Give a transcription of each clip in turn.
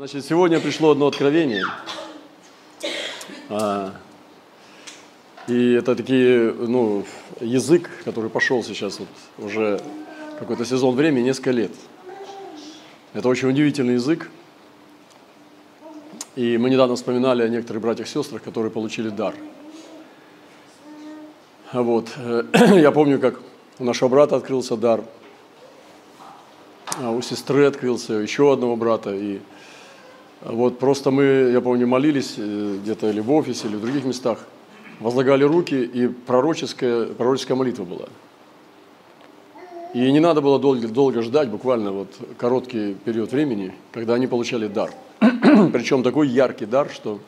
Значит, сегодня пришло одно откровение. И это такие, язык, который пошел сейчас вот уже какой-то сезон времени, несколько лет. Это очень удивительный язык. И мы недавно вспоминали о некоторых братьях и сестрах, которые получили дар. Вот. Я помню, как у нашего брата открылся дар, а у сестры открылся, еще одного брата. И вот просто мы, я помню, молились где-то или в офисе, или в других местах, возлагали руки, и пророческая молитва была. И не надо было долго ждать, буквально вот короткий период времени, когда они получали дар. Причем такой яркий дар, что...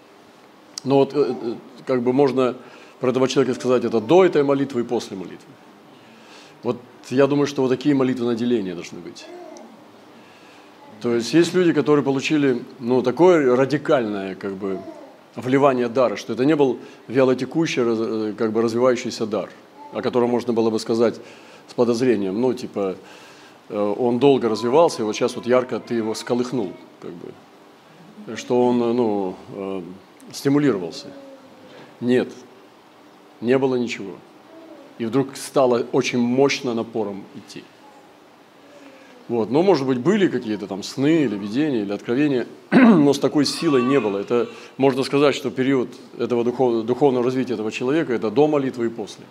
как бы можно про этого человека сказать, это до этой молитвы и после молитвы. Вот я думаю, что вот такие молитвы наделения должны быть. То есть есть люди, которые получили, такое радикальное, как бы, вливание дара, что это не был вялотекущий, как бы, развивающийся дар, о котором можно было бы сказать с подозрением, он долго развивался, и вот сейчас вот ярко ты его сколыхнул, как бы, что он, стимулировался. Нет, не было ничего. И вдруг стало очень мощно напором идти. Вот. Но, может быть, были какие-то там сны или видения, или откровения, но с такой силой не было. Это, можно сказать, что период этого духовного развития этого человека – это до молитвы и после.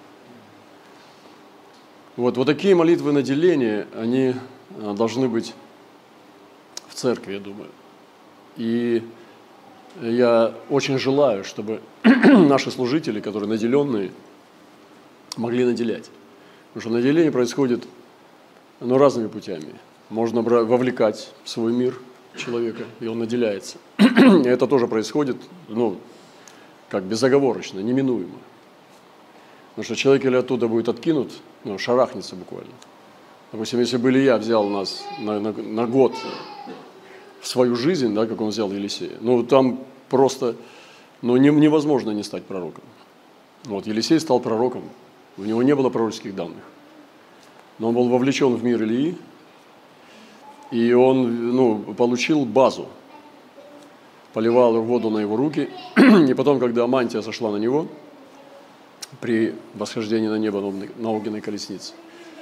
Вот такие молитвы наделения, они должны быть в церкви, я думаю. И я очень желаю, чтобы наши служители, которые наделенные, могли наделять. Потому что наделение происходит разными путями. Можно вовлекать в свой мир человека, и он наделяется. И это тоже происходит, как безоговорочно, неминуемо. Потому что человек или оттуда будет откинут, шарахнется буквально. Допустим, если бы Илья взял нас на год в свою жизнь, да, как он взял Елисея, там просто невозможно не стать пророком. Вот Елисей стал пророком, у него не было пророческих данных. Но он был вовлечен в мир Илии, и он получил базу, поливал воду на его руки, и потом, когда мантия сошла на него, при восхождении на небо на огненной колеснице,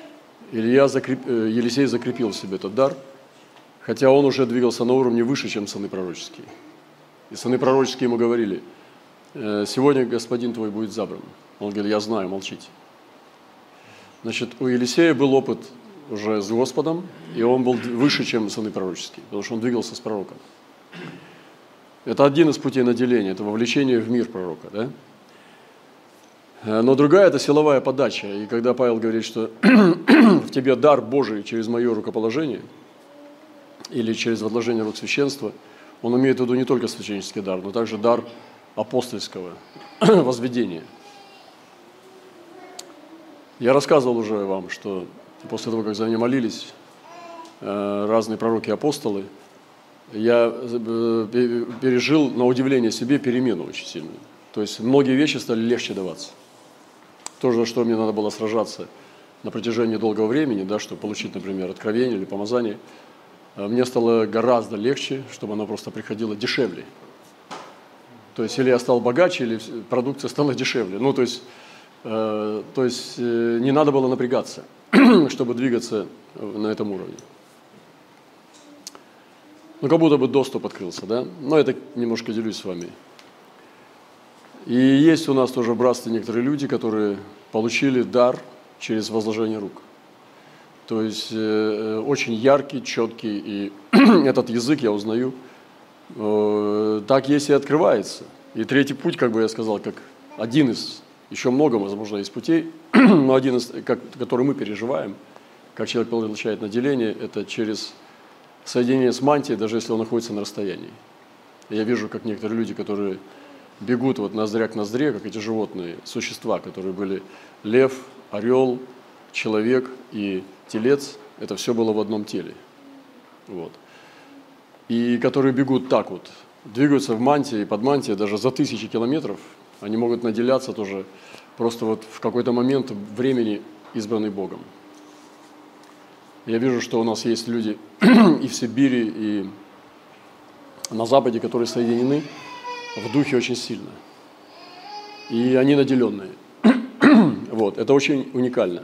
Елисей закрепил в себе этот дар, хотя он уже двигался на уровне выше, чем сыны пророческие. И сыны пророческие ему говорили: сегодня господин твой будет забран. Он говорит: я знаю, молчите. Значит, у Елисея был опыт уже с Господом, и он был выше, чем сыны пророческие, потому что он двигался с пророком. Это один из путей наделения, это вовлечение в мир пророка, да? Но другая – это силовая подача. И когда Павел говорит, что в тебе дар Божий через мое рукоположение или через возложение рук священства, он имеет в виду не только священнический дар, но также дар апостольского возведения. Я рассказывал уже вам, что после того, как за меня молились разные пророки и апостолы, я пережил, на удивление себе, перемену очень сильную. То есть многие вещи стали легче даваться. То, за что мне надо было сражаться на протяжении долгого времени, да, чтобы получить, например, откровение или помазание, мне стало гораздо легче, чтобы оно просто приходило дешевле. То есть или я стал богаче, или продукция стала дешевле. То есть не надо было напрягаться, чтобы двигаться на этом уровне. Как будто бы доступ открылся, да? Но это немножко делюсь с вами. И есть у нас тоже в братстве некоторые люди, которые получили дар через возложение рук. То есть очень яркий, четкий, и этот язык я узнаю, так есть и открывается. И третий путь, как бы я сказал, как один из, еще много, возможно, из путей, но один из, который мы переживаем, как человек получает наделение, это через соединение с мантией, даже если он находится на расстоянии. Я вижу, как некоторые люди, которые бегут ноздря к ноздре, как эти животные, существа, которые были лев, орел, человек и телец, это все было в одном теле. Вот. И которые бегут так вот, двигаются в мантии, под мантией даже за 1000 километров, они могут наделяться тоже просто в какой-то момент времени, избранный Богом. Я вижу, что у нас есть люди и в Сибири, и на Западе, которые соединены в духе очень сильно. И они наделенные. Вот, это очень уникально.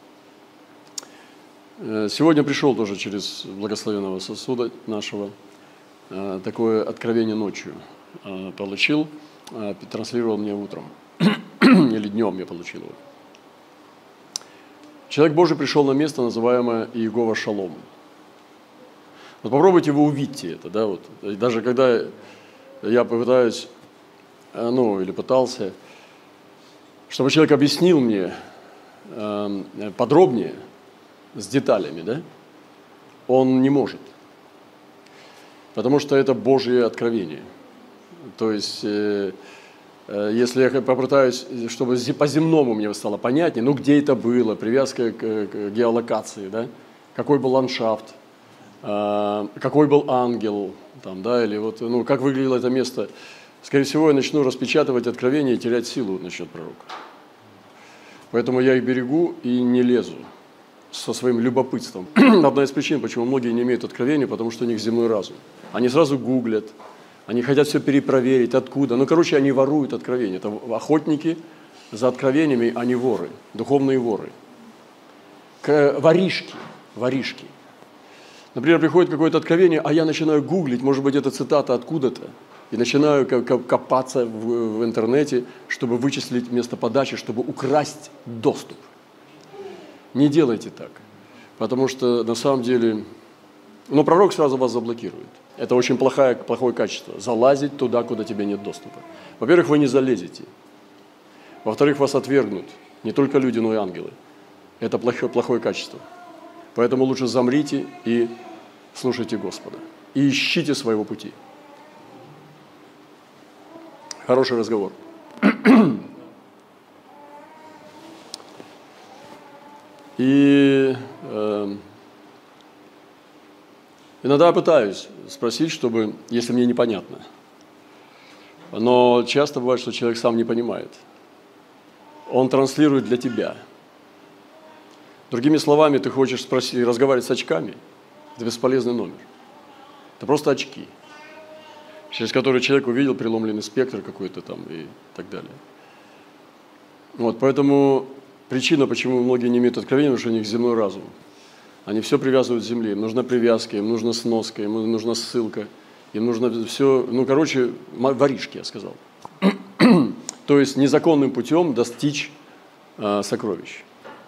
Сегодня пришел тоже через благословенного сосуда нашего такое откровение ночью. Получил, транслировал мне утром. Или днем я получил его. Человек Божий пришел на место, называемое Иегова Шалом. Вот попробуйте вы увидите это, да, вот. И даже когда я попытаюсь, или пытался, чтобы человек объяснил мне подробнее, с деталями, да, он не может. Потому что это Божье откровение. То есть, если я попытаюсь, чтобы по-земному мне стало понятнее, где это было, привязка к геолокации, да, какой был ландшафт, какой был ангел, там, да, или вот, как выглядело это место. Скорее всего, я начну распечатывать откровения и терять силу насчет пророка. Поэтому я их берегу и не лезу со своим любопытством. Одна из причин, почему многие не имеют откровения, потому что у них земной разум. Они сразу гуглят, они хотят все перепроверить, откуда. Они воруют откровения. Это охотники за откровениями, а не воры, духовные воры. Воришки. Например, приходит какое-то откровение, а я начинаю гуглить, может быть, это цитата откуда-то, и начинаю копаться в интернете, чтобы вычислить место подачи, чтобы украсть доступ. Не делайте так, потому что на самом деле, пророк сразу вас заблокирует. Это очень плохое качество, залазить туда, куда тебе нет доступа. Во-первых, вы не залезете. Во-вторых, вас отвергнут не только люди, но и ангелы. Это плохое качество. Поэтому лучше замрите и слушайте Господа. И ищите своего пути. Хороший разговор. И иногда я пытаюсь спросить, если мне непонятно. Но часто бывает, что человек сам не понимает. Он транслирует для тебя. Другими словами, ты хочешь спросить, разговаривать с очками, это бесполезный номер. Это просто очки, через которые человек увидел преломленный спектр какой-то там и так далее. Поэтому причина, почему многие не имеют откровения, потому что у них земной разум. Они все привязывают к земле. Им нужна привязка, им нужна сноска, им нужна ссылка. Им нужно все, воришки, я сказал. То есть незаконным путем достичь сокровищ.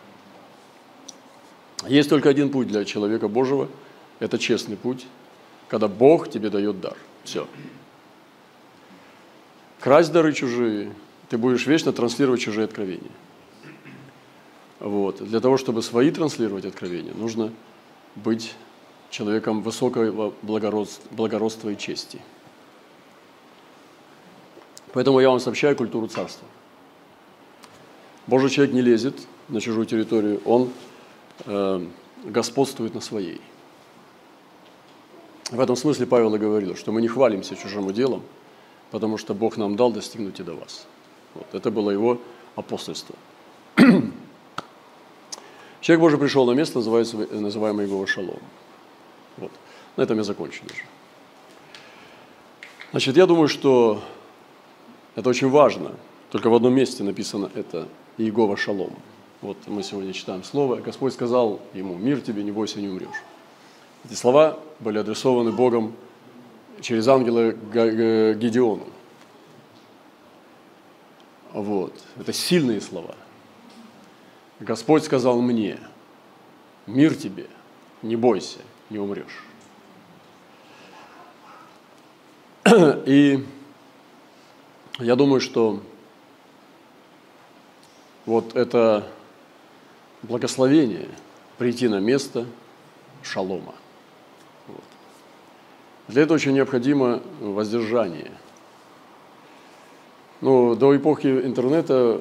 Есть только один путь для человека Божьего. Это честный путь, когда Бог тебе дает дар. Все. Красть дары чужие, ты будешь вечно транслировать чужие откровения. Для того, чтобы свои транслировать откровения, нужно быть человеком высокого благородства и чести. Поэтому я вам сообщаю культуру царства. Божий человек не лезет на чужую территорию, он господствует на своей. В этом смысле Павел и говорил, что мы не хвалимся чужим делом, потому что Бог нам дал достигнуть и до вас. Это было его апостольство. Человек Божий пришел на место, называемое Иегова Шалом. На этом я закончу даже. Значит, я думаю, что это очень важно. Только в одном месте написано это Иегова Шалом. Мы сегодня читаем слово. Господь сказал ему: «Мир тебе, не бойся, не умрешь». Эти слова были адресованы Богом через ангела Гедеону. Это сильные слова. Господь сказал мне: «Мир тебе, не бойся, не умрешь». И я думаю, что это благословение прийти на место шалома. Для этого очень необходимо воздержание. До эпохи интернета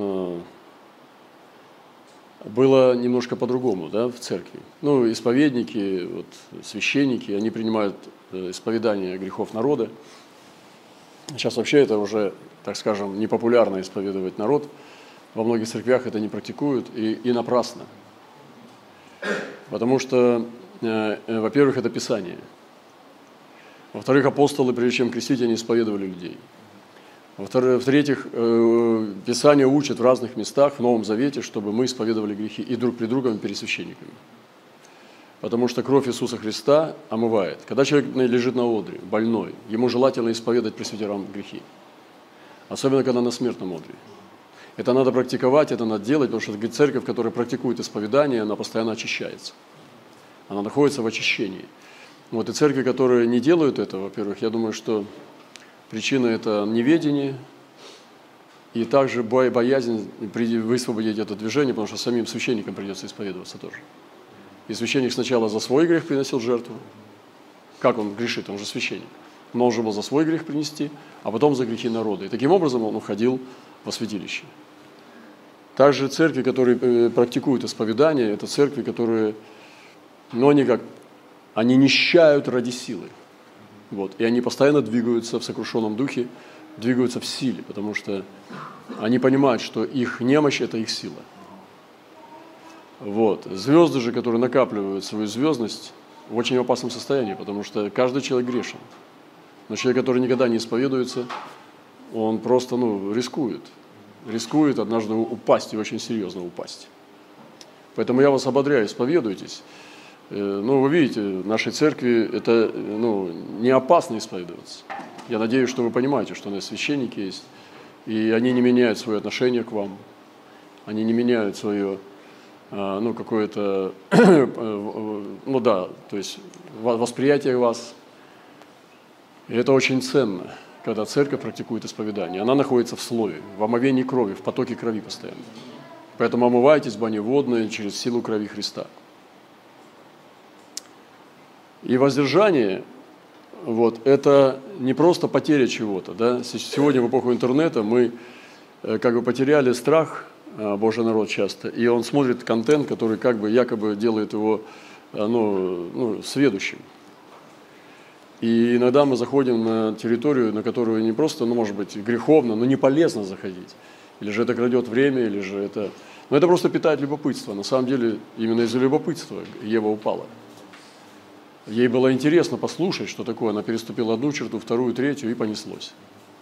было немножко по-другому, в церкви. Исповедники, священники, они принимают исповедание грехов народа. Сейчас вообще это уже, так скажем, непопулярно исповедовать народ. Во многих церквях это не практикуют, и напрасно. Потому что, во-первых, это Писание. Во-вторых, апостолы, прежде чем крестить, они исповедовали людей. В-третьих, Писание учит в разных местах в Новом Завете, чтобы мы исповедовали грехи и друг при другом перед священниками. Потому что кровь Иисуса Христа омывает. Когда человек лежит на одре, больной, ему желательно исповедать пресвитерам грехи. Особенно, когда на смертном одре. Это надо практиковать, это надо делать, потому что церковь, которая практикует исповедание, она постоянно очищается. Она находится в очищении. Вот, и церкви, которые не делают этого, во-первых, я думаю, что причина – это неведение и также боязнь высвободить это движение, потому что самим священникам придется исповедоваться тоже. И священник сначала за свой грех приносил жертву. Как он грешит? Он же священник. Он должен был за свой грех принести, а потом за грехи народа. И таким образом он уходил во святилище. Также церкви, которые практикуют исповедание, это церкви, которые, они нищают ради силы. Вот. И они постоянно двигаются в сокрушенном духе, двигаются в силе, потому что они понимают, что их немощь – это их сила. Вот. Звезды же, которые накапливают свою звездность, в очень опасном состоянии, потому что каждый человек грешен. Но человек, который никогда не исповедуется, он просто рискует однажды упасть и очень серьезно упасть. Поэтому я вас ободряю, исповедуйтесь. Вы видите, в нашей церкви это не опасно исповедоваться. Я надеюсь, что вы понимаете, что у нас священники есть, и они не меняют свое отношение к вам, они не меняют свое какое-то, то есть восприятие вас. И это очень ценно, когда церковь практикует исповедание. Она находится в слове, в омовении крови, в потоке крови постоянно. Поэтому омывайтесь в бане водной через силу крови Христа. И воздержание, это не просто потеря чего-то. Да? Сегодня в эпоху интернета мы потеряли страх, Божий народ часто, и он смотрит контент, который якобы делает его сведущим. И иногда мы заходим на территорию, на которую не просто, может быть, греховно, но не полезно заходить. Или же это крадет время, или же это... это просто питает любопытство. На самом деле, именно из-за любопытства Ева упала. Ей было интересно послушать, что такое. Она переступила одну черту, вторую, третью, и понеслось.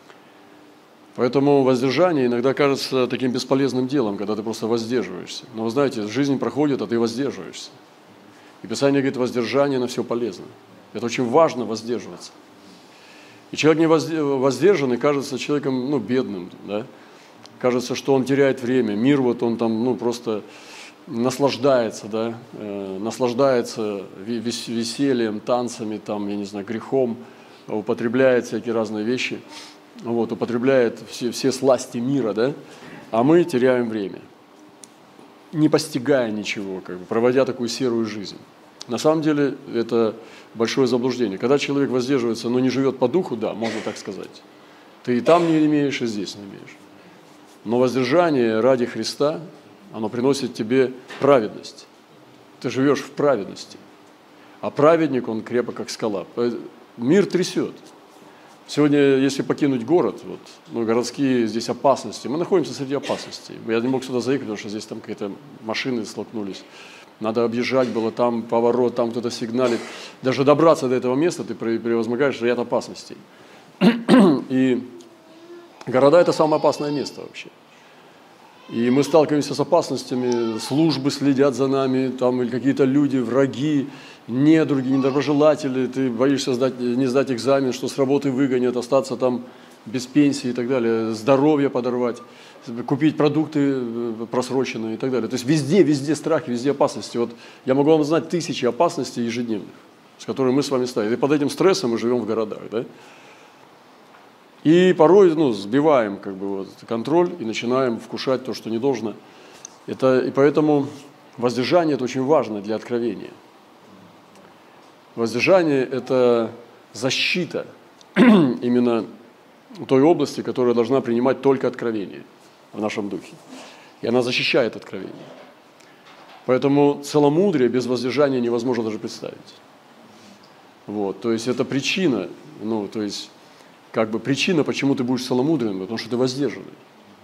Поэтому воздержание иногда кажется таким бесполезным делом, когда ты просто воздерживаешься. Но вы знаете, жизнь проходит, а ты воздерживаешься. И Писание говорит, воздержание на все полезно. Это очень важно воздерживаться. И человек не воздержанный кажется человеком бедным. Да? Кажется, что он теряет время. Мир он там просто наслаждается, да? Наслаждается весельем, танцами, грехом, употребляет всякие разные вещи. Употребляет все сласти мира, да? А мы теряем время, не постигая ничего, проводя такую серую жизнь. На самом деле это большое заблуждение. Когда человек воздерживается, но не живет по духу, да, можно так сказать. Ты и там не имеешь, и здесь не имеешь. Но воздержание ради Христа, оно приносит тебе праведность. Ты живешь в праведности. А праведник, он крепок, как скала. Мир трясет. Сегодня, если покинуть город, городские здесь опасности, мы находимся среди опасностей. Я не мог сюда заехать, потому что здесь там какие-то машины столкнулись. Надо объезжать было, там поворот, там кто-то сигналит. Даже добраться до этого места ты превозмогаешь ряд опасностей. И города – это самое опасное место вообще. И мы сталкиваемся с опасностями, службы следят за нами, или какие-то люди, враги, недруги, недоброжелатели, ты боишься не сдать экзамен, что с работы выгонят, остаться там без пенсии и так далее, здоровье подорвать, купить продукты просроченные и так далее. То есть везде страхи, везде опасности. Я могу вам назвать тысячи опасностей ежедневных, с которыми мы с вами стоим. И под этим стрессом мы живем в городах. Да? И порой сбиваем контроль и начинаем вкушать то, что не должно. И поэтому воздержание – это очень важно для откровения. Воздержание – это защита именно той области, которая должна принимать только откровение в нашем духе. И она защищает откровение. Поэтому целомудрие без воздержания невозможно даже представить. То есть это причина, причина, почему ты будешь целомудренным, потому что ты воздержанный.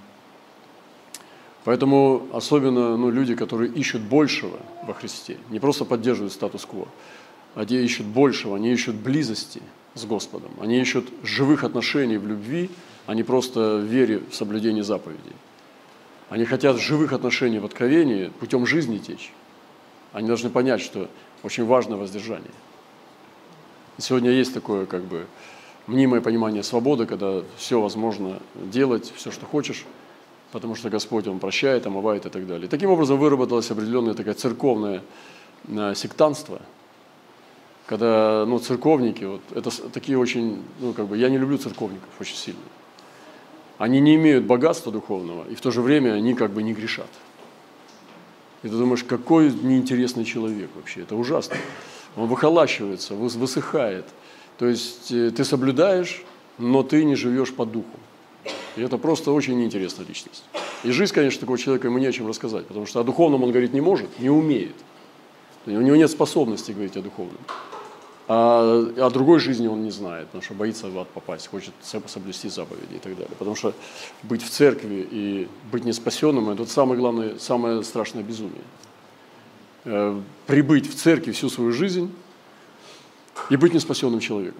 Поэтому особенно люди, которые ищут большего во Христе, не просто поддерживают статус-кво, а те ищут большего, они ищут близости с Господом. Они ищут живых отношений в любви, а не просто в вере в соблюдение заповедей. Они хотят живых отношений в откровении, путем жизни течь. Они должны понять, что очень важно воздержание. И сегодня есть такое мнимое понимание свободы, когда все возможно делать, все, что хочешь, потому что Господь, Он прощает, омывает и так далее. Таким образом выработалось определенное такое церковное сектантство, когда церковники, это такие очень, я не люблю церковников очень сильно. Они не имеют богатства духовного, и в то же время они не грешат. И ты думаешь, какой неинтересный человек вообще, это ужасно. Он выхолащивается, высыхает. То есть ты соблюдаешь, но ты не живешь по духу. И это просто очень неинтересная личность. И жизнь, конечно, такого человека ему не о чем рассказать, потому что о духовном он говорить не может, не умеет. У него нет способности говорить о духовном. А о другой жизни он не знает, потому что боится в ад попасть, хочет соблюсти заповеди и так далее. Потому что быть в церкви и быть неспасенным – это самое главное, самое страшное безумие. Прибыть в церкви всю свою жизнь и быть неспасенным человеком.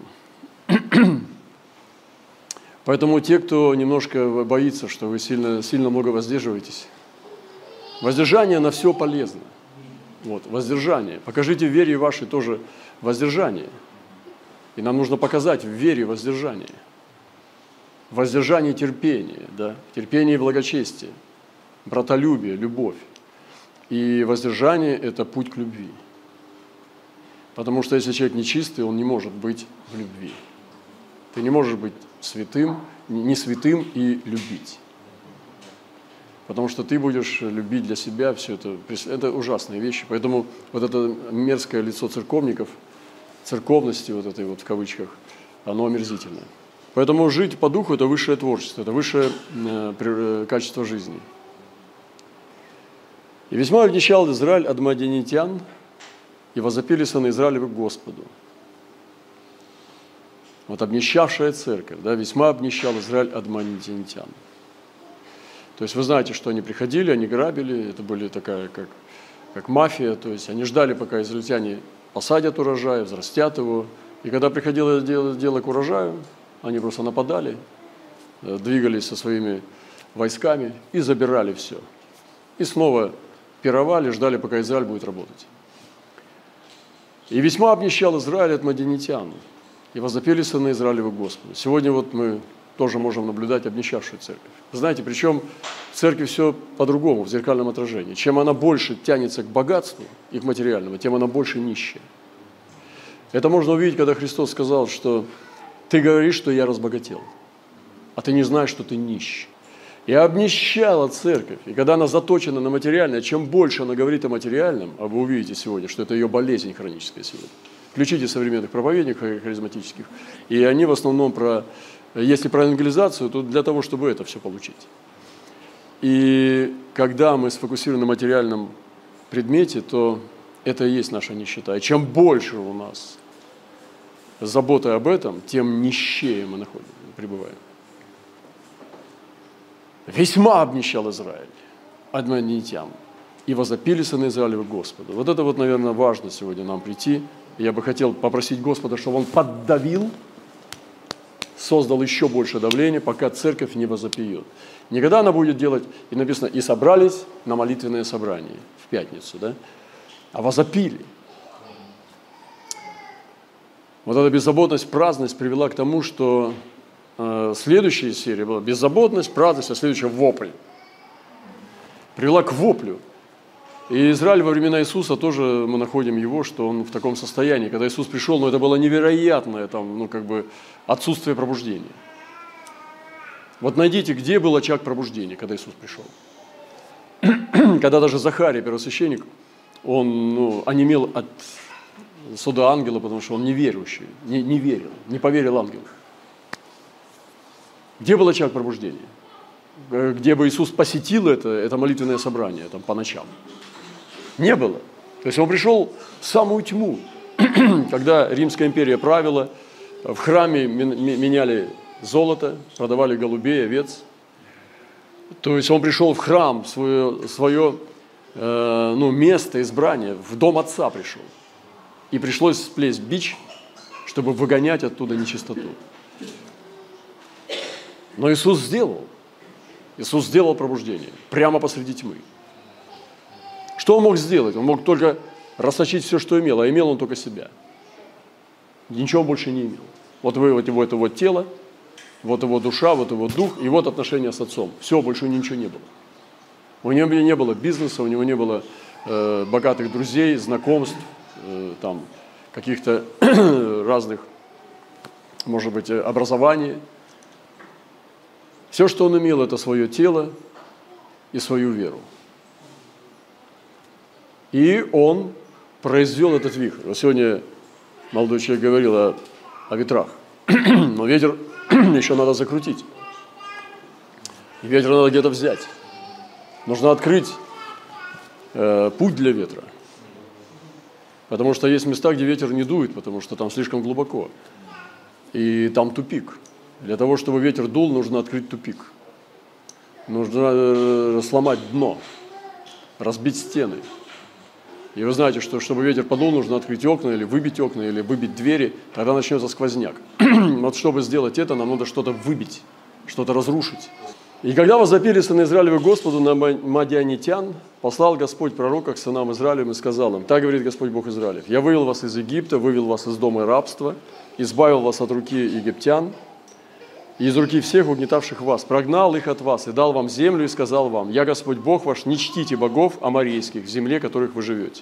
Поэтому те, кто немножко боится, что вы сильно много воздерживаетесь, воздержание на все полезно. Воздержание. Покажите в вере вашей тоже воздержание. И нам нужно показать в вере воздержание. Воздержание терпение, терпение и благочестие, братолюбие, любовь. И воздержание – это путь к любви. Потому что если человек нечистый, он не может быть в любви. Ты не можешь быть святым, не святым и любить. Потому что ты будешь любить для себя все это. Это ужасные вещи. Поэтому это мерзкое лицо церковников, церковности этой в кавычках, оно омерзительное. Поэтому жить по духу – это высшее творчество, это высшее качество жизни. «И весьма обнищал Израиль от мадианитян, и возопили сыны Израилевы к Господу». Обнищавшая церковь, весьма обнищал Израиль от мадианитян. То есть вы знаете, что они приходили, они грабили, это были такая, как мафия, то есть они ждали, пока израильтяне посадят урожай, взрастят его, и когда приходило дело к урожаю, они просто нападали, двигались со своими войсками и забирали все. И снова пировали, ждали, пока Израиль будет работать. «И весьма обнищал Израиль от мадианитян, и возопили сыны Израилевы Господу». Сегодня мы тоже можем наблюдать обнищавшую церковь. Знаете, причем в церкви все по-другому, в зеркальном отражении. Чем она больше тянется к богатству и к материальному, тем она больше нищая. Это можно увидеть, когда Христос сказал, что ты говоришь, что я разбогател, а ты не знаешь, что ты нищий. И обнищала церковь. И когда она заточена на материальное, чем больше она говорит о материальном, а вы увидите сегодня, что это ее болезнь хроническая сегодня. Включите современных проповедников харизматических, и они в основном если про евангелизацию, то для того, чтобы это все получить. И когда мы сфокусированы на материальном предмете, то это и есть наша нищета. И чем больше у нас заботы об этом, тем нищее мы пребываем. «Весьма обнищал Израиль от мадианитян, и возопили сыны Израилевы Господу». Это наверное, важно сегодня нам прийти. Я бы хотел попросить Господа, чтобы Он поддавил, создал еще больше давления, пока церковь не возопьет. Никогда она будет делать, и написано, и собрались на молитвенное собрание в пятницу, а возопили. Эта беззаботность, праздность привела к тому, что следующая серия была беззаботность, праздность, а следующая вопль. Привела к воплю. И Израиль во времена Иисуса тоже мы находим его, что он в таком состоянии. Когда Иисус пришел, это было невероятное отсутствие пробуждения. Найдите, где был очаг пробуждения, когда Иисус пришел. Когда даже Захария, первосвященник, он онемел от суда ангела, потому что он неверующий, не верил, не поверил ангелу. Где был очаг пробуждения? Где бы Иисус посетил это молитвенное собрание по ночам? Не было. То есть он пришел в самую тьму, когда Римская империя правила, в храме меняли золото, продавали голубей, овец. То есть он пришел в храм, свое место избрания, в дом Отца пришел. И пришлось сплесть бич чтобы выгонять оттуда нечистоту. Но Иисус сделал. Иисус сделал пробуждение прямо посреди тьмы. Что Он мог сделать? Он мог только расточить все, что имел, а имел Он только себя. Ничего больше не имел. Вот вы, вот его тело, вот его душа, вот его дух, и вот отношения с Отцом. Все, больше ничего не было. У него не было бизнеса, у него не было богатых друзей, знакомств, там, каких-то разных, может быть, образований. Все, что он имел, это свое тело и свою веру. И он произвел этот вихрь. Вот сегодня молодой человек говорил о ветрах. Но ветер еще надо закрутить. И ветер надо где-то взять. Нужно открыть путь для ветра. Потому что есть места, где ветер не дует, потому что там слишком глубоко. И там тупик. Для того, чтобы ветер дул, нужно открыть тупик. Нужно сломать дно, разбить стены. И вы знаете, что чтобы ветер подул, нужно открыть окна, или выбить двери, тогда начнется сквозняк. Вот чтобы сделать это, нам надо что-то выбить, что-то разрушить. И когда возопили сыны Израилевы Господу на мадианитян, послал Господь пророка к сынам Израилевым и сказал им: так говорит Господь Бог Израилев: я вывел вас из Египта, вывел вас из дома рабства, избавил вас от руки египтян, и из руки всех угнетавших вас, прогнал их от вас и дал вам землю и сказал вам: я Господь Бог ваш, не чтите богов аморейских в земле, в которых вы живете.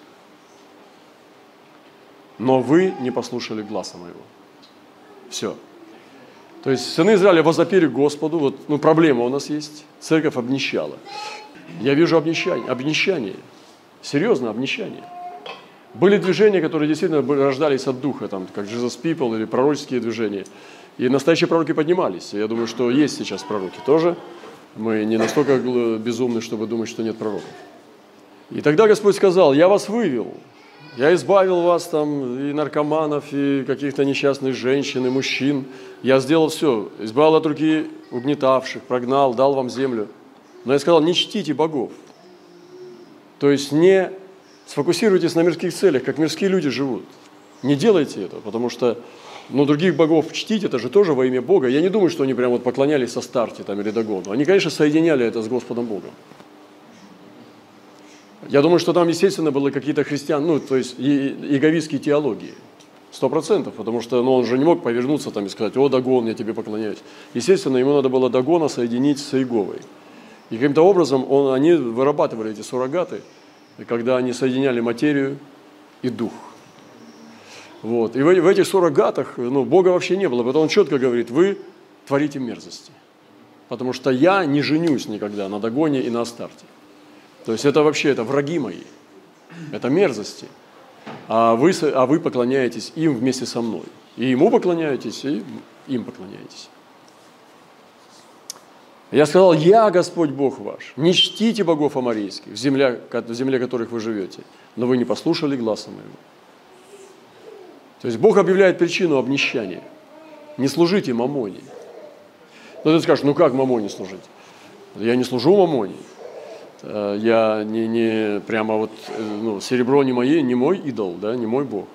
Но вы не послушали гласа моего. Все. То есть сыны Израиля возопили Господу, вот, проблема у нас есть, церковь обнищала. Я вижу обнищание, серьезное обнищание. Были движения, которые действительно рождались от духа, там, как Jesus People или пророческие движения. И настоящие пророки поднимались. Я думаю, что есть сейчас пророки тоже. Мы не настолько безумны, чтобы думать, что нет пророков. И тогда Господь сказал: я вас вывел. Я избавил вас там и наркоманов, и каких-то несчастных женщин, и мужчин. Я сделал все. Избавил от руки угнетавших, прогнал, дал вам землю. Но я сказал: не чтите богов. То есть не сфокусируйтесь на мирских целях, как мирские люди живут. Не делайте этого, потому что других богов чтить, это же тоже во имя Бога. Я не думаю, что они прям вот поклонялись со старте там, или Дагону. Они, конечно, соединяли это с Господом Богом. Я думаю, что там, естественно, было какие-то то есть иеговистские теологии. 100%, потому что он же не мог повернуться там и сказать: о, Дагон, я тебе поклоняюсь. Естественно, ему надо было Дагона соединить с Иеговой. И каким-то образом они вырабатывали эти суррогаты, когда они соединяли материю и дух. Вот. И в этих суррогатах Бога вообще не было. Поэтому он четко говорит: вы творите мерзости. Потому что я не женюсь никогда на Дагоне и на Астарте. То есть это враги мои. Это мерзости. А вы поклоняетесь им вместе со мной. И ему поклоняетесь, и им поклоняетесь. Я сказал: я Господь Бог ваш. Не чтите богов аморейских, в земле, которых вы живете. Но вы не послушали гласа моего. То есть Бог объявляет причину обнищания. Не служите мамоне. Ты скажешь: как мамоне служить? Я не служу мамоне. Я не прямо серебро не мой идол, да, не мой Бог.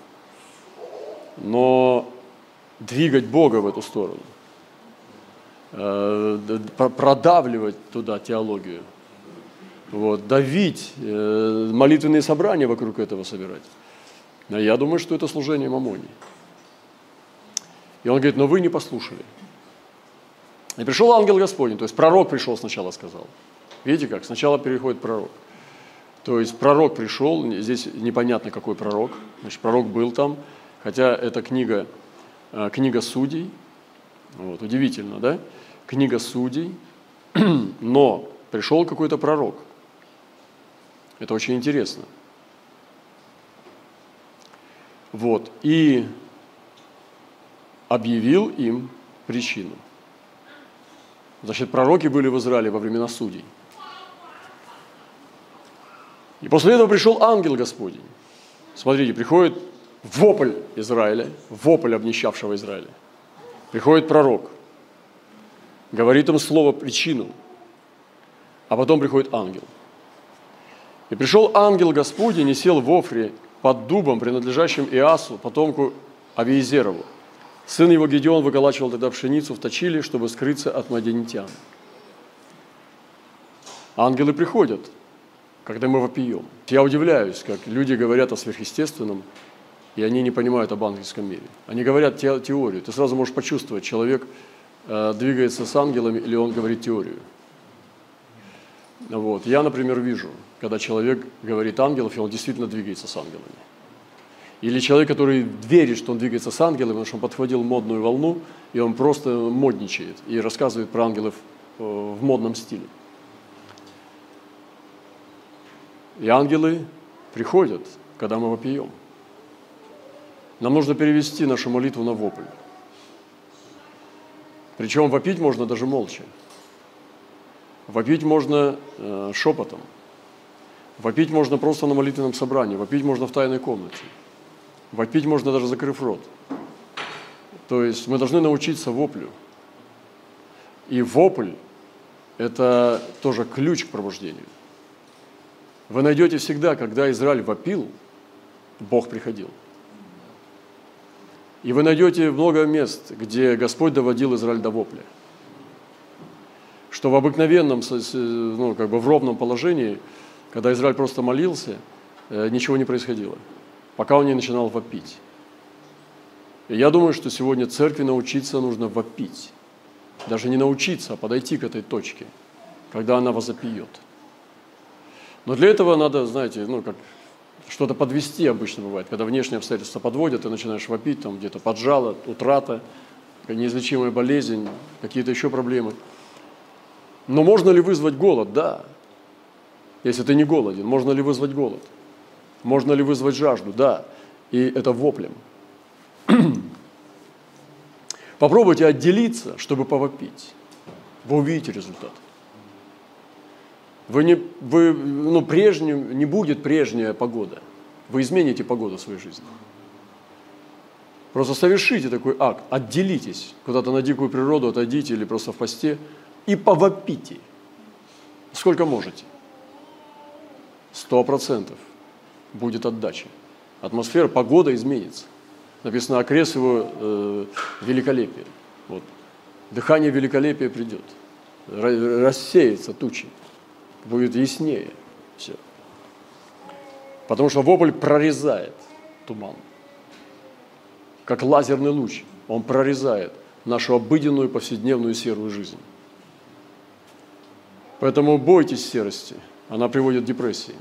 Но двигать Бога в эту сторону, продавливать туда теологию, давить, молитвенные собрания вокруг этого собирать. Я думаю, что это служение мамоне. И он говорит: но вы не послушали. И пришел ангел Господень, то есть пророк пришел сначала, сказал. Видите как? Сначала переходит пророк. То есть пророк пришел, здесь непонятно какой пророк. Значит, пророк был там, хотя это книга Судей. Удивительно, да? Книга Судей, но пришел какой-то пророк. Это очень интересно. И объявил им причину. Значит, пророки были в Израиле во времена Судей. И после этого пришел ангел Господень. Смотрите, приходит вопль Израиля, вопль обнищавшего Израиля. Приходит пророк, говорит им слово, причину, а потом приходит ангел. И пришел ангел Господень и сел в Офре под дубом, принадлежащим Иасу, потомку Авиезерову. Сын его Гедеон выколачивал тогда пшеницу в точиле, чтобы скрыться от мадианитян. Ангелы приходят, когда мы вопием. Я удивляюсь, как люди говорят о сверхъестественном, и они не понимают об ангельском мире. Они говорят теорию. Ты сразу можешь почувствовать, человек двигается с ангелами или он говорит теорию. Вот. Я, например, вижу, когда человек говорит ангелов, и он действительно двигается с ангелами. Или человек, который верит, что он двигается с ангелами, потому что он подхватил модную волну, и он просто модничает и рассказывает про ангелов в модном стиле. И ангелы приходят, когда мы вопием. Нам нужно перевести нашу молитву на вопль. Причем вопить можно даже молча. Вопить можно шепотом. Вопить можно просто на молитвенном собрании. Вопить можно в тайной комнате. Вопить можно даже закрыв рот. То есть мы должны научиться воплю. И вопль – это тоже ключ к пробуждению. Вы найдете всегда, когда Израиль вопил, Бог приходил. И вы найдете много мест, где Господь доводил Израиль до вопля. Что в обыкновенном, в ровном положении, когда Израиль просто молился, ничего не происходило, пока он не начинал вопить. И я думаю, что сегодня церкви научиться нужно вопить. Даже не научиться, а подойти к этой точке, когда она возопьет. Но для этого надо, знаете, как что-то подвести обычно бывает, когда внешние обстоятельства подводят, ты начинаешь вопить, там где-то поджало, утрата, неизлечимая болезнь, какие-то еще проблемы. Но можно ли вызвать голод? Да. Если ты не голоден, можно ли вызвать голод? Можно ли вызвать жажду? Да. И это воплем. Попробуйте отделиться, чтобы повопить. Вы увидите результат. Прежним не будет прежняя погода. Вы измените погоду в своей жизни. Просто совершите такой акт, отделитесь куда-то на дикую природу, отойдите или просто в посте и повопите. Сколько можете. 100% будет отдача. Атмосфера, погода изменится. Написано, окрест его великолепие. Вот. Дыхание великолепия придет. Рассеется тучи. Будет яснее все. Потому что вопль прорезает туман. Как лазерный луч. Он прорезает нашу обыденную повседневную серую жизнь. Поэтому бойтесь серости. Она приводит к депрессии.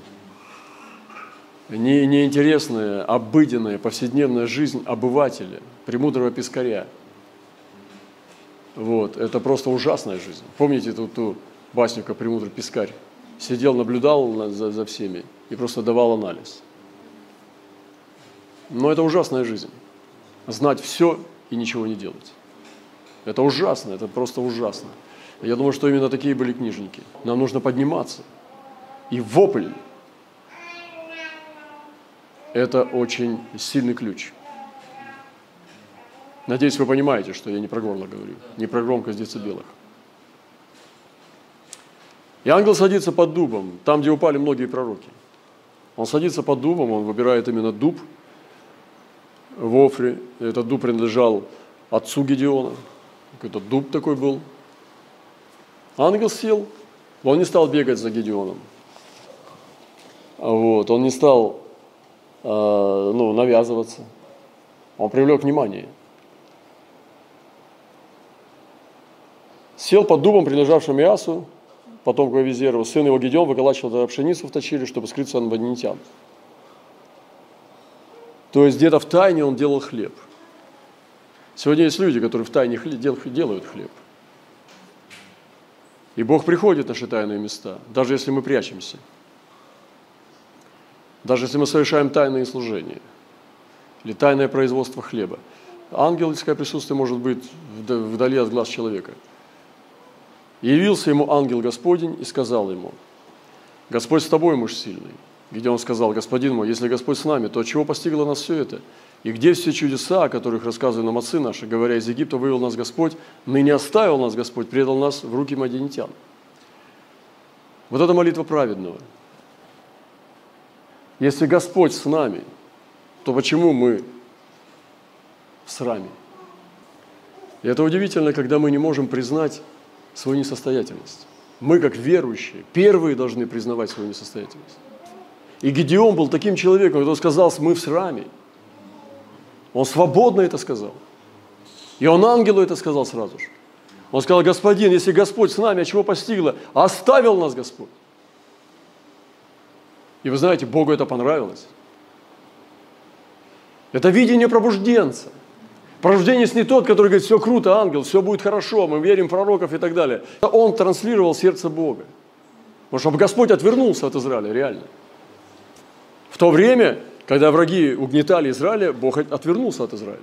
Неинтересная, обыденная, повседневная жизнь обывателя, премудрого пескаря. Вот. Это просто ужасная жизнь. Помните ту басню, как премудрый пескарь? Сидел, наблюдал за всеми и просто давал анализ. Но это ужасная жизнь. Знать все и ничего не делать. Это ужасно, это просто ужасно. Я думаю, что именно такие были книжники. Нам нужно подниматься. И вопль – это очень сильный ключ. Надеюсь, вы понимаете, что я не про горло говорю, не про громкость децибелах. И ангел садится под дубом, там, где упали многие пророки. Он садится под дубом, он выбирает именно дуб в Офре. Этот дуб принадлежал отцу Гедеона. Какой-то дуб такой был. Ангел сел, он не стал бегать за Гедеоном. Вот, он не стал навязываться. Он привлек внимание. Сел под дубом, принадлежавшим Иасу, потомку Авизерова. Сын его Гедеон выколачивал тогда пшеницу в точиле, чтобы скрыться от мадианитян. То есть где-то в тайне он делал хлеб. Сегодня есть люди, которые в тайне делают хлеб. И Бог приходит в наши тайные места, даже если мы прячемся. Даже если мы совершаем тайные служения или тайное производство хлеба. Ангельское присутствие может быть вдали от глаз человека. И явился ему ангел Господень и сказал ему: Господь с тобой, муж сильный. Где он сказал: Господин мой, если Господь с нами, то от чего постигло нас все это? И где все чудеса, о которых рассказывали нам отцы наши, говоря, из Египта вывел нас Господь, ныне оставил нас Господь, предал нас в руки мадианитян. Вот это молитва праведного. Если Господь с нами, то почему мы в сраме? И это удивительно, когда мы не можем признать свою несостоятельность. Мы, как верующие, первые должны признавать свою несостоятельность. И Гедеон был таким человеком, который сказал: мы в сраме. Он свободно это сказал. И он ангелу это сказал сразу же. Он сказал: Господин, если Господь с нами, а чего постигло? Оставил нас Господь. И вы знаете, Богу это понравилось. Это видение пробужденца. Пробужденец не тот, который говорит: все круто, ангел, все будет хорошо, мы верим в пророков и так далее. Он транслировал сердце Бога. Потому что Господь отвернулся от Израиля, реально. В то время, когда враги угнетали Израиля, Бог отвернулся от Израиля.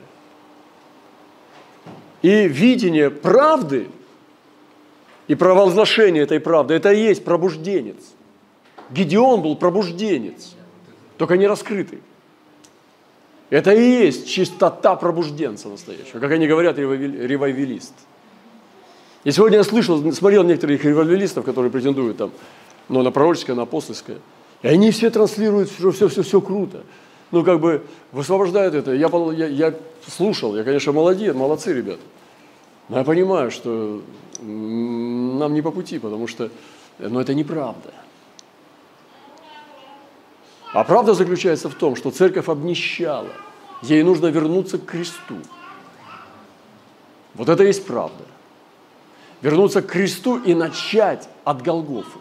И видение правды и провозглашение этой правды – это и есть пробужденец. Гедеон был пробужденец, только не раскрытый. Это и есть чистота пробужденца настоящего, как они говорят, ревайвелист. И сегодня я слышал, смотрел некоторых ревайвелистов, которые претендуют там, на пророческое, на апостольское, и они все транслируют, что все круто. Высвобождают это. Я слушал, я, конечно, молодцы ребята. Но я понимаю, что нам не по пути, потому что это неправда. А правда заключается в том, что церковь обнищала. Ей нужно вернуться к кресту. Вот это и есть правда. Вернуться к кресту и начать от Голгофы.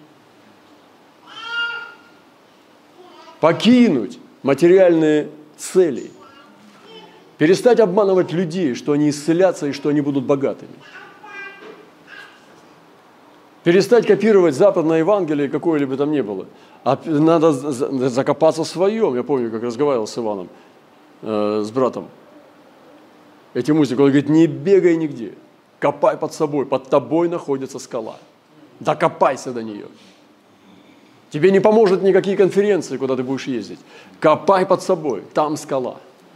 Покинуть материальные цели. Перестать обманывать людей, что они исцелятся и что они будут богатыми. Перестать копировать западное Евангелие, какое-либо там не было. А надо закопаться в своем. Я помню, как разговаривал с Иваном, с братом. Этим узником. Он говорит: не бегай нигде. Копай под собой. Под тобой находится скала. Докопайся до нее. Тебе не поможет никакие конференции, куда ты будешь ездить. Копай под собой. Там скала.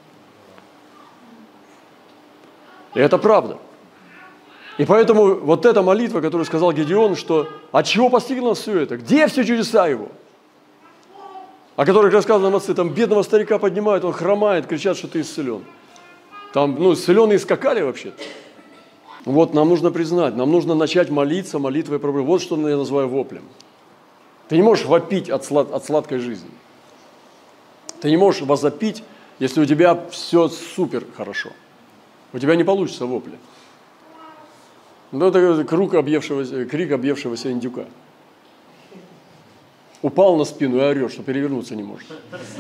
И это правда. И поэтому вот эта молитва, которую сказал Гедеон, что от чего постигло нас все это? Где все чудеса его? О которых рассказывали нам отцы, там бедного старика поднимают, он хромает, кричат, что ты исцелен. Там, исцеленные скакали вообще-то. Вот нам нужно признать, нам нужно начать молиться молитвой пробуждения. Вот что я называю воплем. Ты не можешь вопить от сладкой жизни. Ты не можешь возопить, если у тебя все супер хорошо. У тебя не получится вопля. Это крик объевшегося индюка. Упал на спину и орет, что перевернуться не может.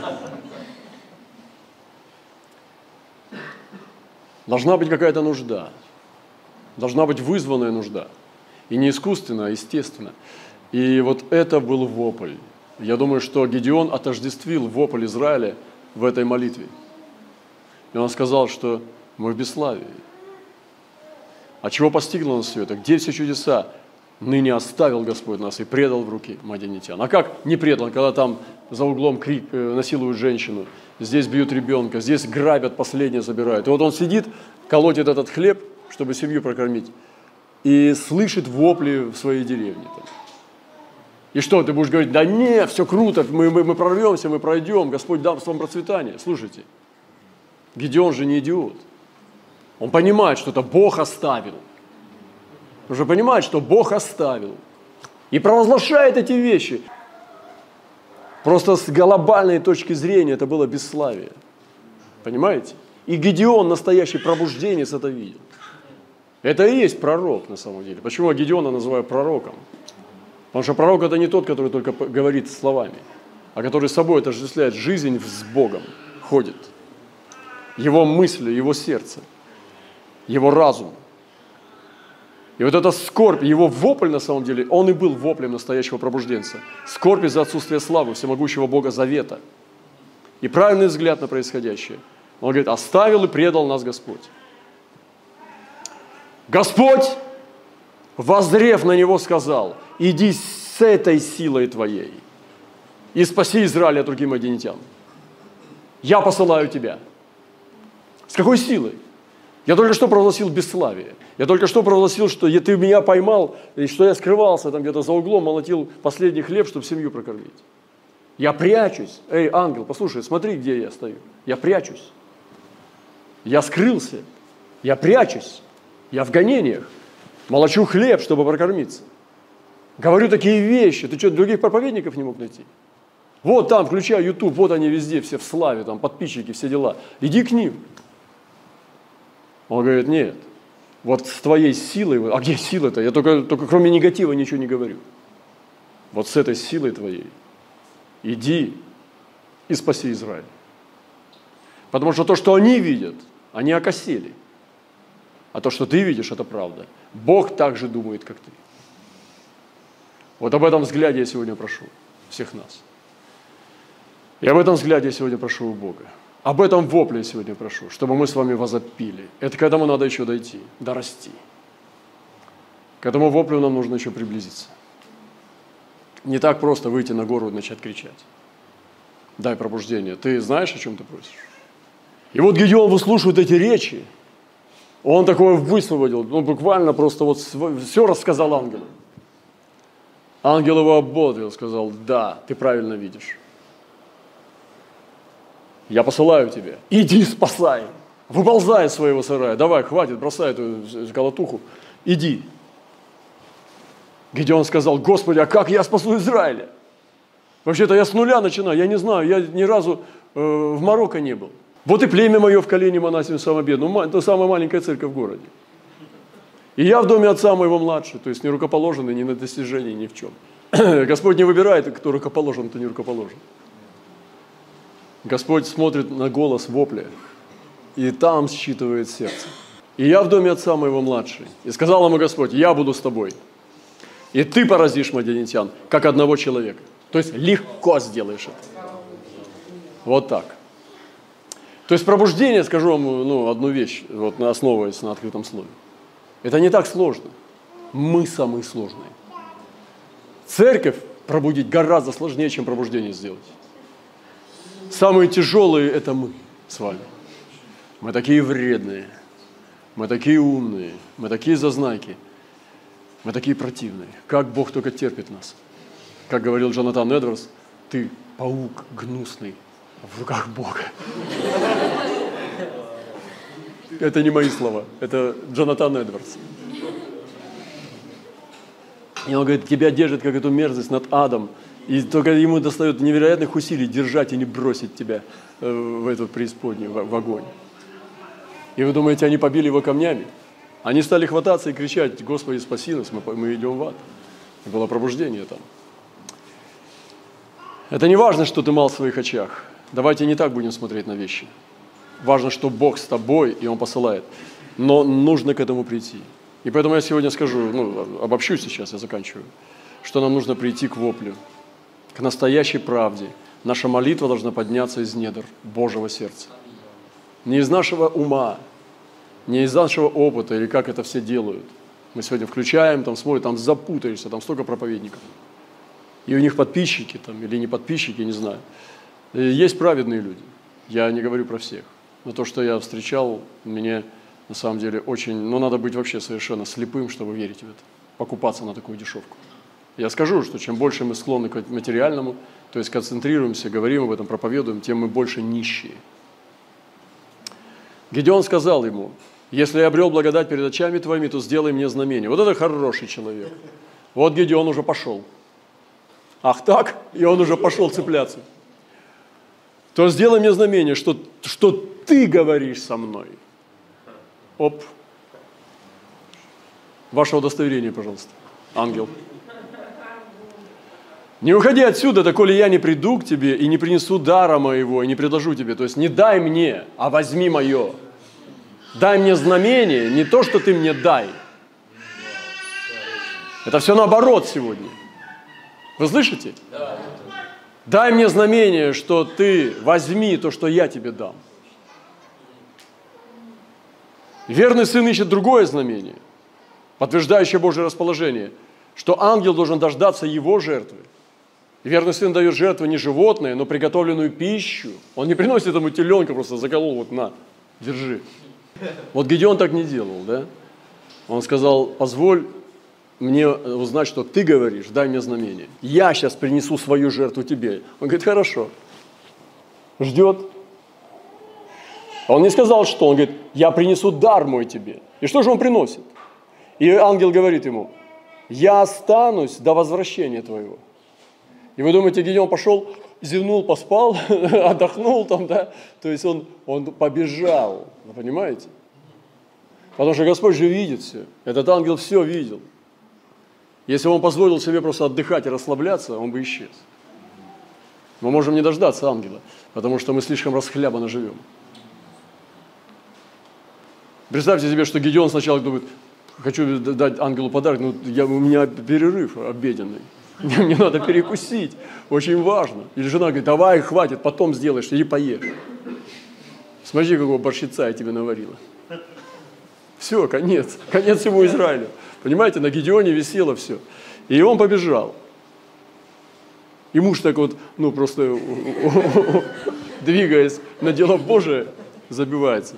Должна быть какая-то нужда. Должна быть вызванная нужда. И не искусственно, а естественно. И вот это был вопль. Я думаю, что Гедеон отождествил вопль Израиля в этой молитве. И он сказал, что мы в бесславии. А чего постигло нас все это? Где все чудеса? Ныне оставил Господь нас и предал в руки мадианитян. А как не предал, когда там за углом крик, насилуют женщину, здесь бьют ребенка, здесь грабят, последнее забирают. И вот он сидит, колотит этот хлеб, чтобы семью прокормить, и слышит вопли в своей деревне. И что, ты будешь говорить: да нет, все круто, мы прорвемся, мы пройдем, Господь даст вам процветание. Слушайте, Гедеон же не идиот. Он понимает, что это Бог оставил. Он же понимает, что Бог оставил. И провозглашает эти вещи. Просто с глобальной точки зрения это было бесславие. Понимаете? И Гедеон, настоящий пробужденец, это видел. Это и есть пророк на самом деле. Почему я Гедеона называю пророком? Потому что пророк – это не тот, который только говорит словами, а который собой отождествляет жизнь с Богом, ходит. Его мысли, его сердце, его разум. И вот эта скорбь, его вопль на самом деле, он и был воплем настоящего пробужденца. Скорбь из-за отсутствия славы всемогущего Бога Завета. И правильный взгляд на происходящее. Он говорит: оставил и предал нас Господь. Господь, воззрев на него, сказал: иди с этой силой твоей и спаси Израиль от руки мадианитян. Я посылаю тебя. С какой силой? Я только что провозгласил бесславие. Я только что провозгласил, что ты меня поймал, и что я скрывался там где-то за углом, молотил последний хлеб, чтобы семью прокормить. Я прячусь. Эй, ангел, послушай, смотри, где я стою. Я прячусь. Я скрылся. Я прячусь, я в гонениях, молочу хлеб, чтобы прокормиться. Говорю такие вещи. Ты что, других проповедников не мог найти? Вот там, включай YouTube, вот они везде, все в славе, там подписчики, все дела. Иди к ним. Он говорит, нет, вот с твоей силой, а где сила-то? Я только кроме негатива ничего не говорю. Вот с этой силой твоей иди и спаси Израиль. Потому что то, что они видят, они окосели. А то, что ты видишь, это правда. Бог так же думает, как ты. Вот об этом взгляде я сегодня прошу всех нас. И об этом взгляде я сегодня прошу у Бога. Об этом вопле я сегодня прошу, чтобы мы с вами возопили. Это к этому надо еще дойти, дорасти. К этому воплю нам нужно еще приблизиться. Не так просто выйти на гору и начать кричать. Дай пробуждение. Ты знаешь, о чем ты просишь? И вот Гедеон выслушивает эти речи. Он такое высвободил, буквально просто вот все рассказал ангелу. Ангел его ободрил, сказал, да, ты правильно видишь. Я посылаю тебя, иди спасай, выползай из своего сарая, давай, хватит, бросай эту колотуху, иди. Гедеон сказал, Господи, а как я спасу Израиля? Вообще-то я с нуля начинаю, я не знаю, я ни разу в Марокко не был. Вот и племя мое в колене монасим самое бедное, это самая маленькая церковь в городе. И я в доме отца моего младший, то есть не рукоположенный ни на достижении, ни в чем. Господь не выбирает, кто рукоположен, кто не рукоположен. Господь смотрит на голос вопля, и там считывает сердце. И я в доме отца моего младший. И сказал ему Господь, я буду с тобой. И ты поразишь мадианитян, как одного человека. То есть легко сделаешь это. Вот так. То есть пробуждение, скажу вам одну вещь, вот основываясь на открытом слове. Это не так сложно. Мы самые сложные. Церковь пробудить гораздо сложнее, чем пробуждение сделать. Самые тяжелые – это мы с вами. Мы такие вредные, мы такие умные, мы такие зазнайки, мы такие противные. Как Бог только терпит нас. Как говорил Джонатан Эдвардс, ты паук гнусный в руках Бога. Это не мои слова, это Джонатан Эдвардс. И он говорит, тебя держит как эту мерзость над адом, и только ему достает невероятных усилий держать и не бросить тебя в эту преисподнюю, в огонь. И вы думаете, они побили его камнями? Они стали хвататься и кричать, Господи, спаси нас, мы идем в ад. И было пробуждение там. Это не важно, что ты мал в своих очах. Давайте не так будем смотреть на вещи. Важно, что Бог с тобой, и Он посылает. Но нужно к этому прийти. И поэтому я сегодня скажу, обобщу сейчас, я заканчиваю, что нам нужно прийти к воплю, к настоящей правде. Наша молитва должна подняться из недр Божьего сердца. Не из нашего ума, не из нашего опыта, или как это все делают. Мы сегодня включаем, там смотрим, там запутаешься, там столько проповедников. И у них подписчики, там, или не подписчики, не знаю. И есть праведные люди, я не говорю про всех. Но то, что я встречал, мне на самом деле очень... надо быть вообще совершенно слепым, чтобы верить в это, покупаться на такую дешевку. Я скажу, что чем больше мы склонны к материальному, то есть концентрируемся, говорим об этом, проповедуем, тем мы больше нищие. Гедеон сказал ему, если я обрел благодать перед очами твоими, то сделай мне знамение. Вот это хороший человек. Вот Гедеон уже пошел. Ах так? И он уже пошел цепляться. То сделай мне знамение, что ты говоришь со мной. Оп. Ваше удостоверение, пожалуйста. Ангел. Не уходи отсюда, доколе я не приду к тебе и не принесу дара моего, и не предложу тебе. То есть не дай мне, а возьми мое. Дай мне знамение, не то, что ты мне дай. Это все наоборот сегодня. Вы слышите? Дай мне знамение, что ты возьми то, что я тебе дам. Верный сын ищет другое знамение, подтверждающее Божье расположение, что ангел должен дождаться его жертвы. И верный сын дает жертву не животное, но приготовленную пищу. Он не приносит этому теленка, просто заколол, вот на, держи. Вот Гедеон так не делал, да? Он сказал, позволь мне узнать, что ты говоришь, дай мне знамение. Я сейчас принесу свою жертву тебе. Он говорит, хорошо. Ждет. А он не сказал, что. Он говорит, я принесу дар мой тебе. И что же он приносит? И ангел говорит ему, я останусь до возвращения твоего. И вы думаете, Гидеон пошел, зевнул, поспал, отдохнул там, да? То есть он побежал, вы понимаете? Потому что Господь же видит все. Этот ангел все видел. Если бы он позволил себе просто отдыхать и расслабляться, он бы исчез. Мы можем не дождаться ангела, потому что мы слишком расхлябанно живем. Представьте себе, что Гидеон сначала думает, хочу дать ангелу подарок, но у меня перерыв обеденный. Мне надо перекусить, очень важно. Или жена говорит, давай, хватит, потом сделаешь, иди поешь. Смотри, какого борщица я тебе наварила. Все, конец всему Израилю. Понимаете, на Гидеоне висело все. И он побежал. И муж так вот, просто двигаясь на дело Божие, забивается.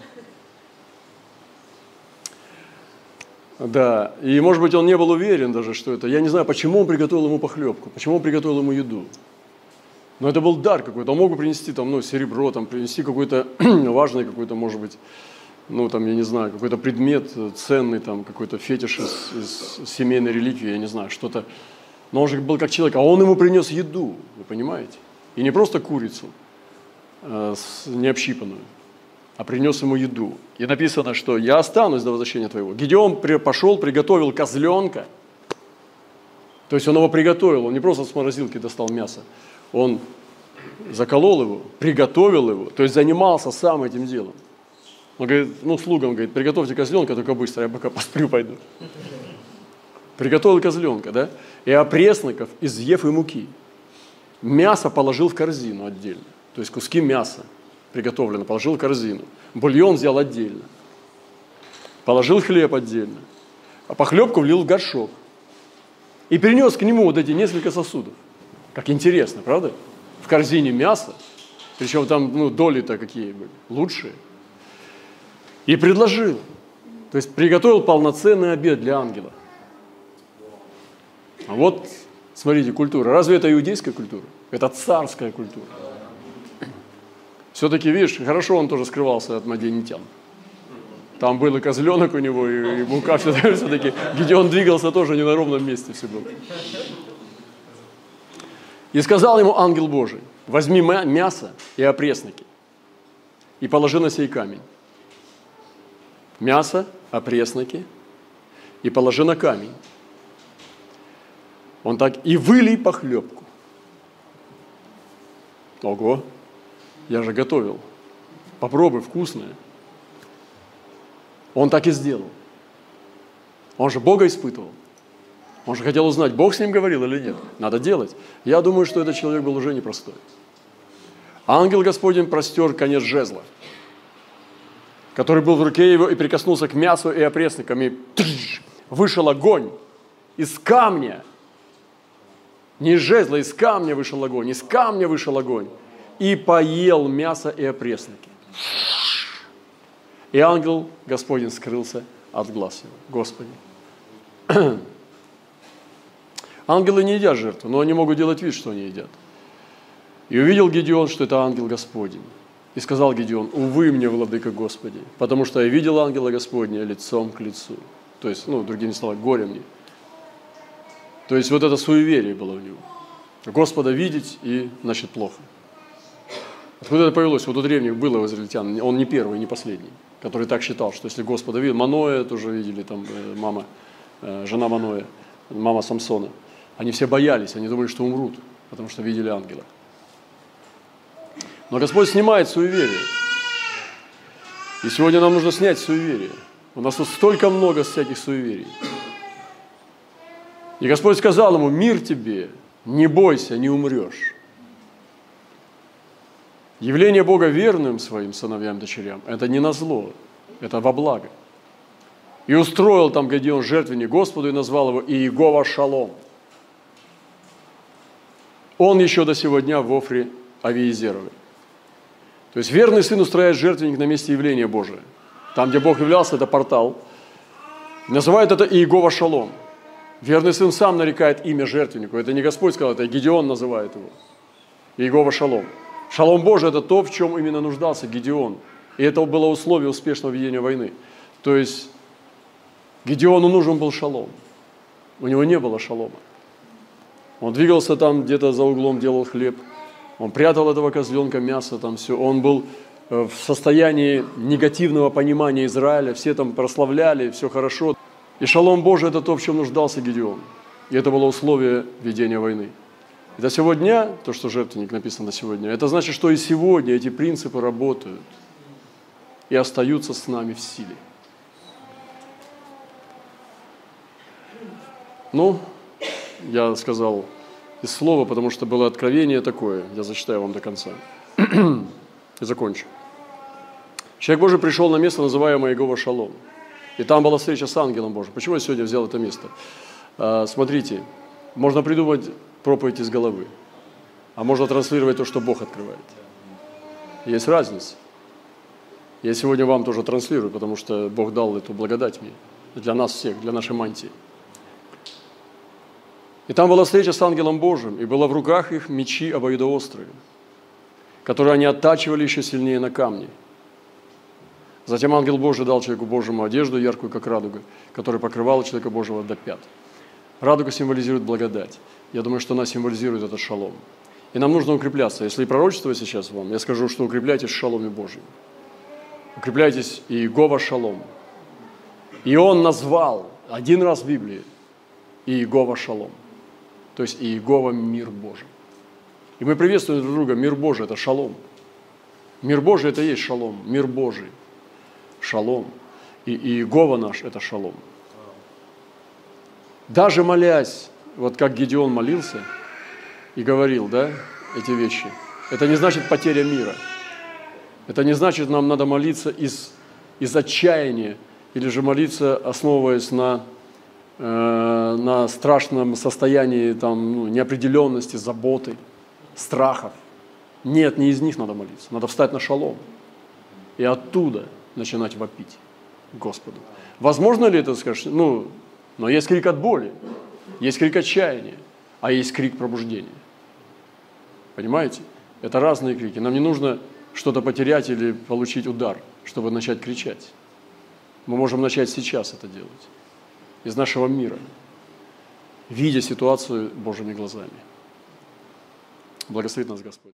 Да, и может быть он не был уверен даже, что это. Я не знаю, почему он приготовил ему похлебку, почему он приготовил ему еду. Но это был дар какой-то. Он мог бы принести там, серебро, там, принести какой-то важный какой-то, может быть, я не знаю, какой-то предмет ценный, там, какой-то фетиш из семейной реликвии, я не знаю, что-то. Но он же был как человек, а он ему принес еду, вы понимаете? И не просто курицу, необщипанную, а принес ему еду. И написано, что я останусь до возвращения твоего. Гидеон пошел, приготовил козленка. То есть он его приготовил, он не просто с морозилки достал мясо. Он заколол его, приготовил его, то есть занимался сам этим делом. Он говорит, слугам говорит, приготовьте козленка, только быстро, я пока посплю пойду. Приготовил козленка, да? И опресноков из ефы муки. Мясо положил в корзину отдельно. То есть куски мяса приготовлено, положил в корзину. Бульон взял отдельно. Положил хлеб отдельно. А похлебку влил в горшок. И принес к нему вот эти несколько сосудов. Как интересно, правда? В корзине мясо. Причем там доли-то какие были, лучшие. И предложил. То есть приготовил полноценный обед для ангела. А вот, смотрите, культура. Разве это иудейская культура? Это царская культура. Все-таки, видишь, хорошо он тоже скрывался от мадианитян. Там был и козленок у него, и мука. Все-таки Гидеон двигался тоже не на ровном месте все было. И сказал ему ангел Божий, возьми мясо и опресноки и положи на сей камень. Мясо, опресноки и положи на камень. Он так, и вылей похлебку. Ого, я же готовил. Попробуй, вкусное. Он так и сделал. Он же Бога испытывал. Он же хотел узнать, Бог с ним говорил или нет. Надо делать. Я думаю, что этот человек был уже непростой. Ангел Господень простер конец жезла, который был в руке его, и прикоснулся к мясу и опреснокам, и вышел огонь из камня. Не из жезла, из камня вышел огонь, из камня вышел огонь. И поел мясо и опресноки. И ангел Господень скрылся от глаз его. Господи. Ангелы не едят жертву, но они могут делать вид, что они едят. И увидел Гидеон, что это ангел Господень. И сказал Гидеон, увы мне, владыка Господи, потому что я видел ангела Господня лицом к лицу. То есть, другими словами, горе мне. То есть, вот это суеверие было у него. Господа видеть и, значит, плохо. Откуда это повелось? Вот у древних было у израильтян, он не первый, не последний, который так считал, что если Господа видел, Маноя тоже видели, там мама, жена Маноя, мама Самсона. Они все боялись, они думали, что умрут, потому что видели ангела. Но Господь снимает суеверие. И сегодня нам нужно снять суеверие. У нас тут столько много всяких суеверий. И Господь сказал ему, мир тебе, не бойся, не умрешь. Явление Бога верным своим сыновьям и дочерям – это не на зло, это во благо. И устроил там Гидеон жертвенник Господу и назвал его Иегова Шалом. Он еще до сего дня в Офре Авиезеровой. То есть верный сын устраивает жертвенник на месте явления Божия. Там, где Бог являлся, это портал. Называют это Иегова Шалом. Верный сын сам нарекает имя жертвеннику. Это не Господь сказал, это Гидеон называет его. Иегова Шалом. Шалом Божий – это то, в чем именно нуждался Гидеон. И это было условие успешного ведения войны. То есть Гедеону нужен был шалом. У него не было шалома. Он двигался там где-то за углом, делал хлеб. Он прятал этого козленка, мясо, там все. Он был в состоянии негативного понимания Израиля. Все там прославляли, все хорошо. И шалом Божий – это то, в чем нуждался Гедеон. И это было условие ведения войны. И до сегодня, то, что жертвенник написано сегодня, это значит, что и сегодня эти принципы работают и остаются с нами в силе. Ну, я сказал из слова, потому что было откровение такое. Я зачитаю вам до конца. И закончу. Человек Божий пришел на место, называемое Иегова Шалом. И там была встреча с ангелом Божьим. Почему я сегодня взял это место? Смотрите, можно придумать проповедь из головы, а можно транслировать то, что Бог открывает. Есть разница. Я сегодня вам тоже транслирую, потому что Бог дал эту благодать мне. Для нас всех, для нашей мантии. И там была встреча с ангелом Божьим, и было в руках их мечи обоюдоострые, которые они оттачивали еще сильнее на камне. Затем ангел Божий дал человеку Божьему одежду яркую, как радуга, которая покрывала человека Божьего до пят. Радуга символизирует благодать. Я думаю, что она символизирует этот шалом. И нам нужно укрепляться. Если пророчество сейчас вам, я скажу, что укрепляйтесь в шаломе Божьем. Укрепляйтесь Иегова Шалом. И он назвал один раз в Библии Иегова Шалом. То есть Иегова мир Божий. И мы приветствуем друг друга. Мир Божий – это шалом. Мир Божий – это и есть шалом. Мир Божий – шалом. И Иегова наш – это шалом. Даже молясь, вот как Гедеон молился и говорил, да, эти вещи, это не значит потеря мира. Это не значит, нам надо молиться из отчаяния или же молиться, основываясь на страшном состоянии там, неопределенности, заботы, страхов. Нет, не из них надо молиться. Надо встать на шалом и оттуда начинать вопить Господу. Возможно ли это, скажешь? Но есть крик от боли, есть крик отчаяния, а есть крик пробуждения. Понимаете? Это разные крики. Нам не нужно что-то потерять или получить удар, чтобы начать кричать. Мы можем начать сейчас это делать. Из нашего мира, видя ситуацию Божьими глазами. Благословит нас Господь.